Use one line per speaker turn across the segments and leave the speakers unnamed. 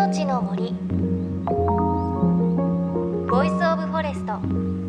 命の森ボイスオブフォレスト。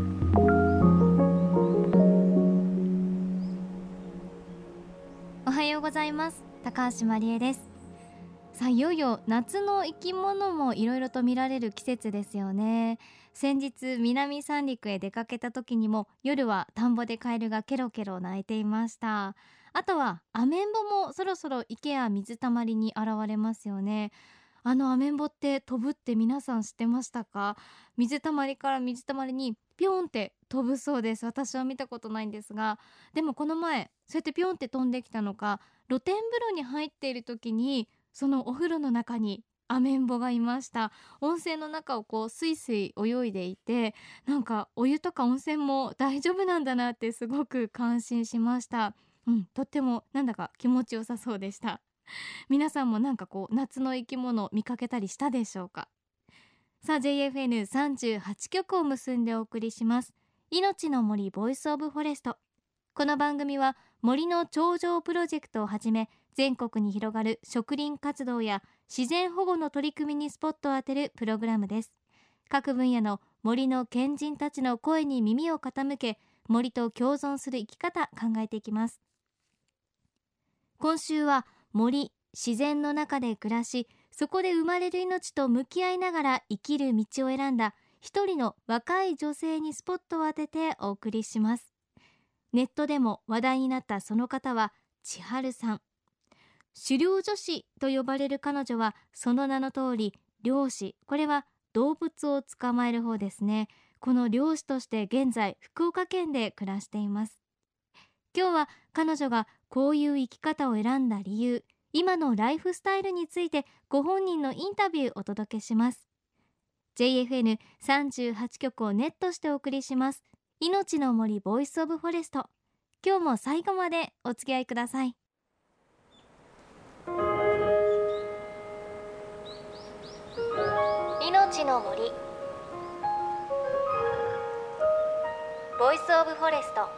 おはようございます。高橋真理恵です。さあ、いよいよ夏の生き物もいろいろと見られる季節ですよね。先日南三陸へ出かけた時にも夜は田んぼでカエルがケロケロ鳴いていました。あとはアメンボもそろそろ池や水たまりに現れますよね。あのアメンボって飛ぶって皆さん知ってましたか？水たまりから水たまりにピョンって飛ぶそうです。私は見たことないんですが、でもこの前そうやってピョンって飛んできたのか、露天風呂に入っている時にそのお風呂の中にアメンボがいました。温泉の中をこうスイスイ泳いでいて、なんかお湯とか温泉も大丈夫なんだなってすごく感心しました。とってもなんだか気持ちよさそうでした。皆さんもなんかこう夏の生き物見かけたりしたでしょうか？さあ JFN38 局を結んでお送りします命の森ボイスオブフォレスト。この番組は森の頂上プロジェクトをはじめ全国に広がる植林活動や自然保護の取り組みにスポットを当てるプログラムです。各分野の森の賢人たちの声に耳を傾け、森と共存する生き方考えていきます。今週は森、自然の中で暮らし、そこで生まれる命と向き合いながら生きる道を選んだ一人の若い女性にスポットを当ててお送りします。ネットでも話題になったその方は千春さん。狩猟女子と呼ばれる彼女はその名の通り猟師、これは動物を捕まえる方ですね。この猟師として現在福岡県で暮らしています。今日は彼女がこういう生き方を選んだ理由、今のライフスタイルについてご本人のインタビューをお届けします。 JFN38 局をネットしてお送りします命の森ボイスオブフォレスト。今日も最後までお付き合いください。
命の森ボイスオブフォレスト。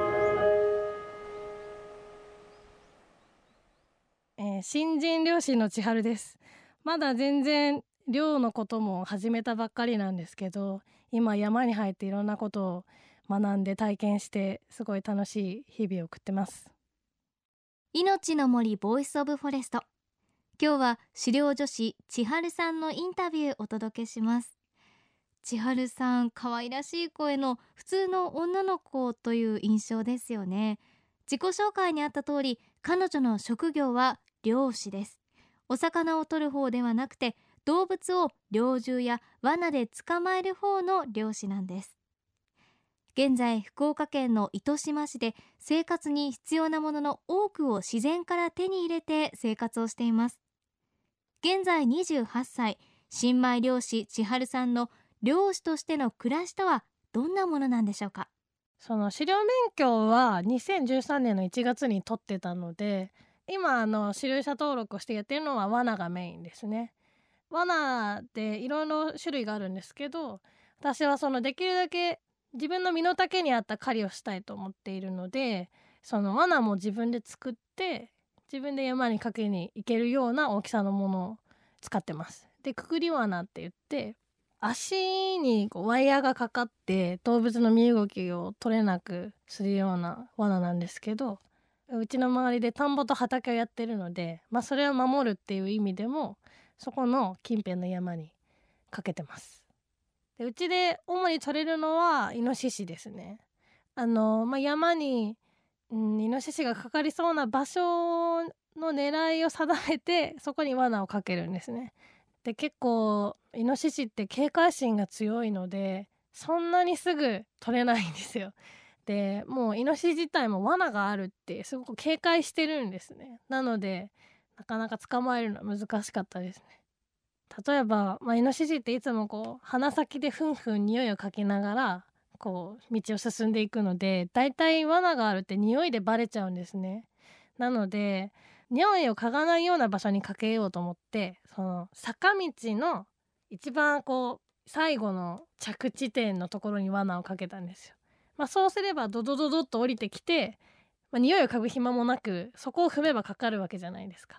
新人漁師の千春です。まだ全然漁のことも始めたばっかりなんですけど、今山に入っていろんなことを学んで体験してすごい楽しい日々を送ってます。
命の森ボイスオブフォレスト。今日は狩猟女子千春さんのインタビューをお届けします。千春さん、可愛らしい声の普通の女の子という印象ですよね。自己紹介にあった通り、彼女の職業は猟師です。お魚を取る方ではなくて、動物を猟銃や罠で捕まえる方の猟師なんです。現在福岡県の糸島市で生活に必要なものの多くを自然から手に入れて生活をしています。現在28歳、新米漁師千春さんの漁師としての暮らしとはどんなものなんでしょうか？
その狩猟免許は2013年の1月に取ってたので、今狩猟者登録をしてやってるのは罠がメインですね。罠でいろいろ種類があるんですけど、私はそのできるだけ自分の身の丈に合った狩りをしたいと思っているので、その罠も自分で作って自分で山にかけに行けるような大きさのものを使ってます。で、くくり罠って言って足にワイヤーがかかって動物の身動きを取れなくするような罠なんですけど、うちの周りで田んぼと畑をやってるので、それを守るっていう意味でもそこの近辺の山にかけてます。で、うちで主に取れるのはイノシシですね。山に、イノシシがかかりそうな場所の狙いを定めてそこに罠をかけるんですね。で、結構イノシシって警戒心が強いのでそんなにすぐ取れないんですよ。で、もうイノシシ自体も罠があるってすごく警戒してるんですね。なのでなかなか捕まえるのは難しかったですね。例えば、イノシシっていつもこう鼻先でふんふん匂いをかきながらこう道を進んでいくので、だいたい罠があるって匂いでバレちゃうんですね。なので匂いを嗅がないような場所にかけようと思って、その坂道の一番こう最後の着地点のところに罠をかけたんですよ。そうすればドドドドッと降りてきて、匂いを嗅ぐ暇もなくそこを踏めばかかるわけじゃないですか。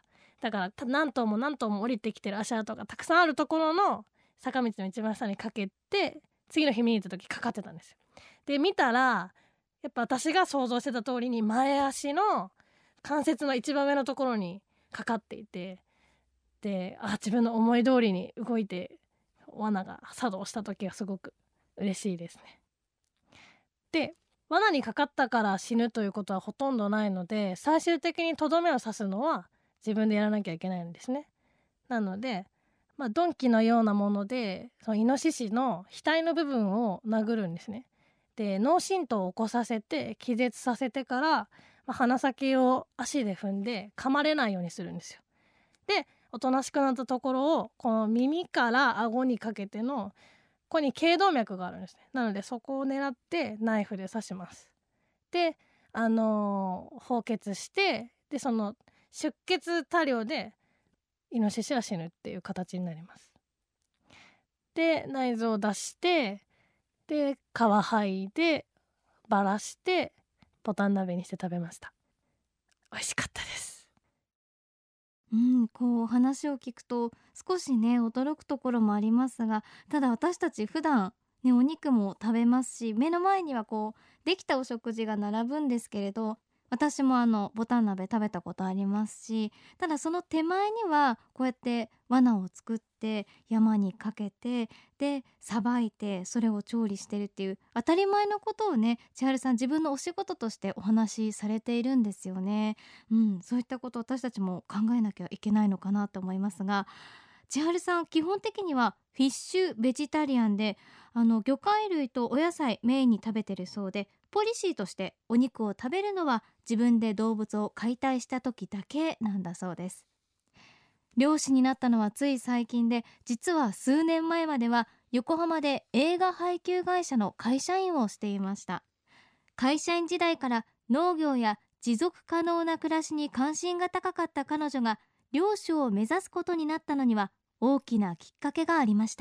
だから何頭も何頭も降りてきてる足跡がたくさんあるところの坂道の一番下にかけて、次の日見に行った時かかってたんですよ。で見たらやっぱ私が想像してた通りに前足の関節の一番上のところにかかっていて、で自分の思い通りに動いて罠が作動した時がすごく嬉しいですね。で罠にかかったから死ぬということはほとんどないので、最終的にとどめを刺すのは自分でやらなきゃいけないんですね。なので鈍器のようなものでそのイノシシの額の部分を殴るんですね。で脳震盪を起こさせて気絶させてから、鼻先を足で踏んで噛まれないようにするんですよ。でおとなしくなったところをこの耳から顎にかけてのここに頸動脈があるんですね。なのでそこを狙ってナイフで刺します。で放血して、でその出血多量でイノシシは死ぬっていう形になります。で内臓を出して、で皮剥いでばらしてボタン鍋にして食べました。美味しかったです。
こう話を聞くと少しね驚くところもありますが、ただ私たち普段ねお肉も食べますし、目の前にはこうできたお食事が並ぶんですけれど、私もボタン鍋食べたことありますし、ただその手前にはこうやって罠を作って山にかけて、でさばいてそれを調理してるっていう当たり前のことをね、千春さん自分のお仕事としてお話しされているんですよね。そういったこと私たちも考えなきゃいけないのかなと思いますが、千春さん基本的にはフィッシュベジタリアンで、魚介類とお野菜メインに食べてるそうで、ポリシーとしてお肉を食べるのは自分で動物を解体した時だけなんだそうです。漁師になったのはつい最近で、実は数年前までは横浜で映画配給会社の会社員をしていました。会社員時代から農業や持続可能な暮らしに関心が高かった彼女が漁師を目指すことになったのには大きなきっかけがありました。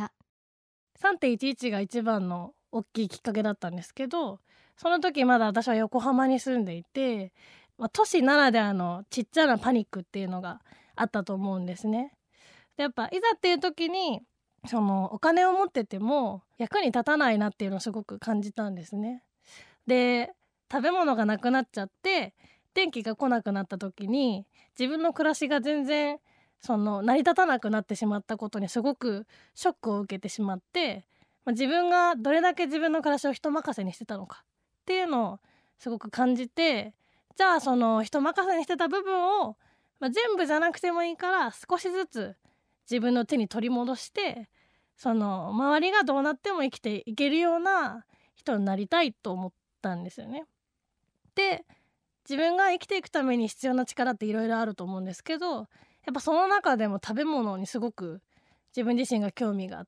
3.11 が一番の大きいきっかけだったんですけど、その時まだ私は横浜に住んでいて、都市ならではのちっちゃなパニックっていうのがあったと思うんですね。でやっぱいざっていう時にそのお金を持ってても役に立たないなっていうのをすごく感じたんですね。で食べ物がなくなっちゃって電気が来なくなった時に自分の暮らしが全然成り立たなくなってしまったことにすごくショックを受けてしまって、自分がどれだけ自分の暮らしを人任せにしてたのかっていうのをすごく感じて、じゃあその人任せにしてた部分を、全部じゃなくてもいいから少しずつ自分の手に取り戻して、周りがどうなっても生きていけるような人になりたいと思ったんですよね。で自分が生きていくために必要な力っていろいろあると思うんですけど、やっぱその中でも食べ物にすごく自分自身が興味があって、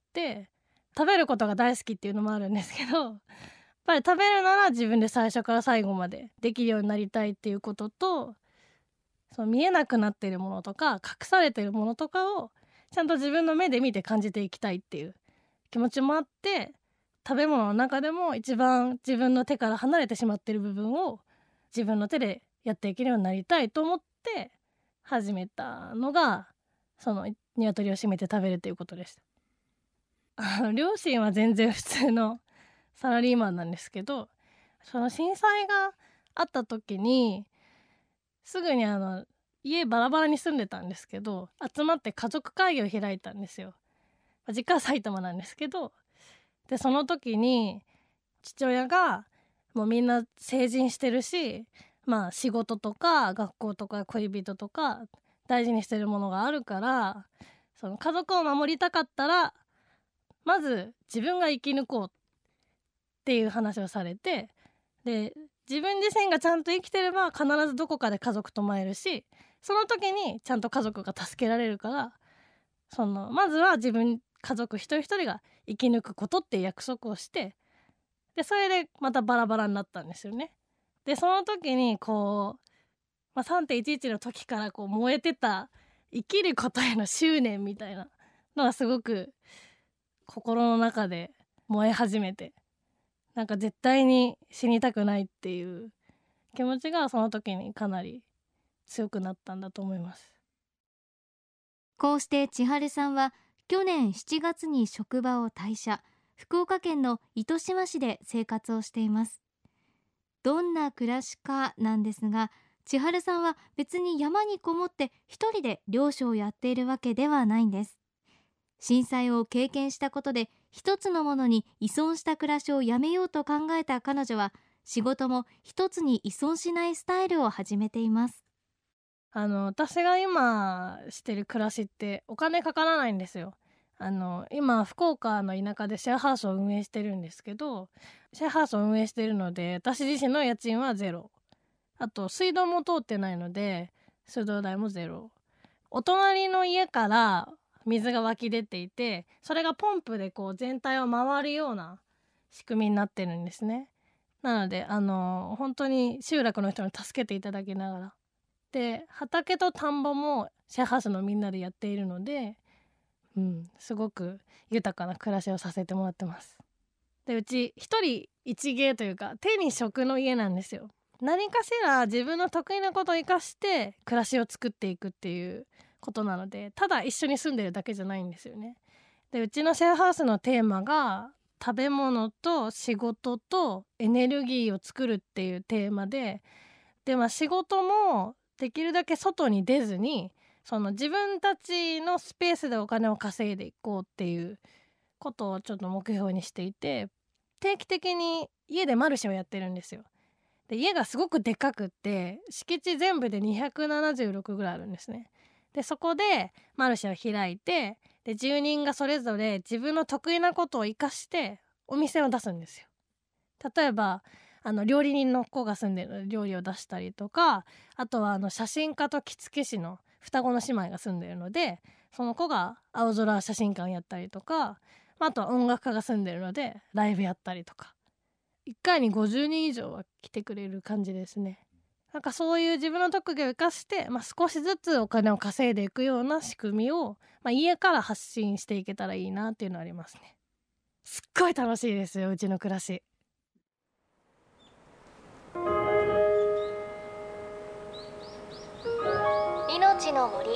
食べることが大好きっていうのもあるんですけど、やっぱり食べるなら自分で最初から最後までできるようになりたいっていうことと、見えなくなっているものとか隠されているものとかをちゃんと自分の目で見て感じていきたいっていう気持ちもあって、食べ物の中でも一番自分の手から離れてしまっている部分を自分の手でやっていけるようになりたいと思って始めたのが鶏を締めて食べるということでした。両親は全然普通のサラリーマンなんですけど、その震災があった時にすぐに家バラバラに住んでたんですけど、集まって家族会議を開いたんですよ。実家は埼玉なんですけど、でその時に父親がもうみんな成人してるし、仕事とか学校とか恋人とか大事にしてるものがあるから、その家族を守りたかったらまず自分が生き抜こうっていう話をされて、で自分自身がちゃんと生きてれば必ずどこかで家族とも会えるし、その時にちゃんと家族が助けられるから、まずは家族一人一人が生き抜くことっていう約束をして、でそれでまたバラバラになったんですよね。でその時に3.11 の時から燃えてた生きることへの執念みたいなのがすごく心の中で燃え始めて、絶対に死にたくないっていう気持ちがその時にかなり強くなったんだと思います。
こうして千春さんは去年7月に職場を退社、福岡県の糸島市で生活をしています。どんな暮らしかなんですが、千春さんは別に山にこもって一人で漁師をやっているわけではないんです。震災を経験したことで一つのものに依存した暮らしをやめようと考えた彼女は、仕事も一つに依存しないスタイルを始めています。
私が今してる暮らしってお金かからないんですよ。今福岡の田舎でシェアハウスを運営してるんですけど、シェアハウスを運営してるので私自身の家賃はゼロ、あと水道も通ってないので水道代もゼロ、お隣の家から水が湧き出ていて、それがポンプでこう全体を回るような仕組みになってるんですね。なので本当に集落の人に助けていただきながら、で畑と田んぼもシェアハウスのみんなでやっているので、すごく豊かな暮らしをさせてもらってます。でうち一人一芸というか手に職の家なんですよ。何かしら自分の得意なことを生かして暮らしを作っていくっていうことなので、ただ一緒に住んでるだけじゃないんですよね。でうちのシェアハウスのテーマが食べ物と仕事とエネルギーを作るっていうテーマで、仕事もできるだけ外に出ずに、その自分たちのスペースでお金を稼いでいこうっていうことをちょっと目標にしていて、定期的に家でマルシェをやってるんですよ。で家がすごくでかくって敷地全部で276ぐらいあるんですね。でそこでマルシェを開いて、で住人がそれぞれ自分の得意なことを生かしてお店を出すんですよ。例えば料理人の子が住んでるので料理を出したりとか、あとは写真家と着付け師の双子の姉妹が住んでるので、その子が青空写真館やったりとか、あとは音楽家が住んでるのでライブやったりとか、1回に50人以上は来てくれる感じですね。なんかそういう自分の特技を生かして、少しずつお金を稼いでいくような仕組みを、家から発信していけたらいいなっていうのはありますね。すっごい楽しいですよ、うちの暮らし。
命の森、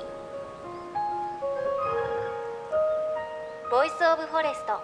ボイスオブフォレスト。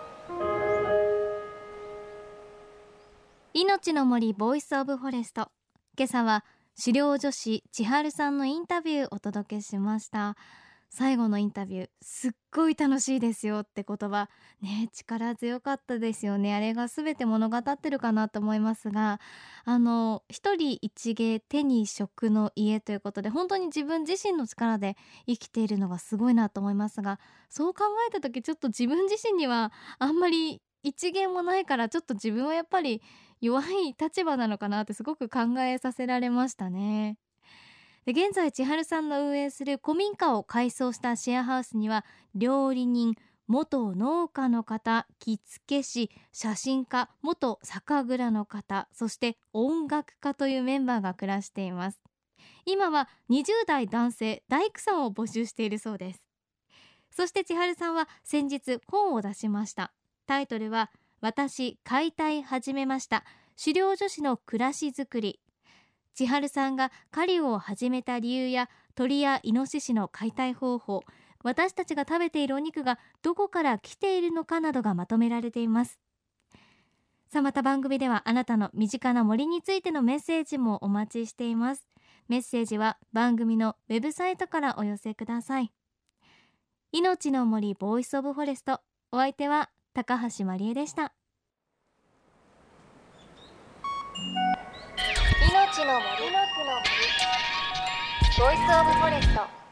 命の森ボイスオブフォレスト。今朝は狩猟女子千春さんのインタビューをお届けしました。最後のインタビュー、すっごい楽しいですよって言葉ね、力強かったですよね。あれが全て物語ってるかなと思いますが、一人一芸手に職の家ということで、本当に自分自身の力で生きているのがすごいなと思いますが、そう考えた時ちょっと自分自身にはあんまり一芸もないから、ちょっと自分はやっぱり弱い立場なのかなってすごく考えさせられましたね。で現在千春さんの運営する古民家を改装したシェアハウスには、料理人、元農家の方、着付け師、写真家、元酒蔵の方、そして音楽家というメンバーが暮らしています。今は20代男性大工さんを募集しているそうです。そして千春さんは先日本を出しました。タイトルは私解体始めました、狩猟女子の暮らしづくり。千春さんが狩りを始めた理由や鳥やイノシシの解体方法、私たちが食べているお肉がどこから来ているのかなどがまとめられています。さあまた番組ではあなたの身近な森についてのメッセージもお待ちしています。メッセージは番組のウェブサイトからお寄せください。命の森ボイスオブフォレスト、お相手は高橋まりえでした。
命の森、ボイスオブフォレスト。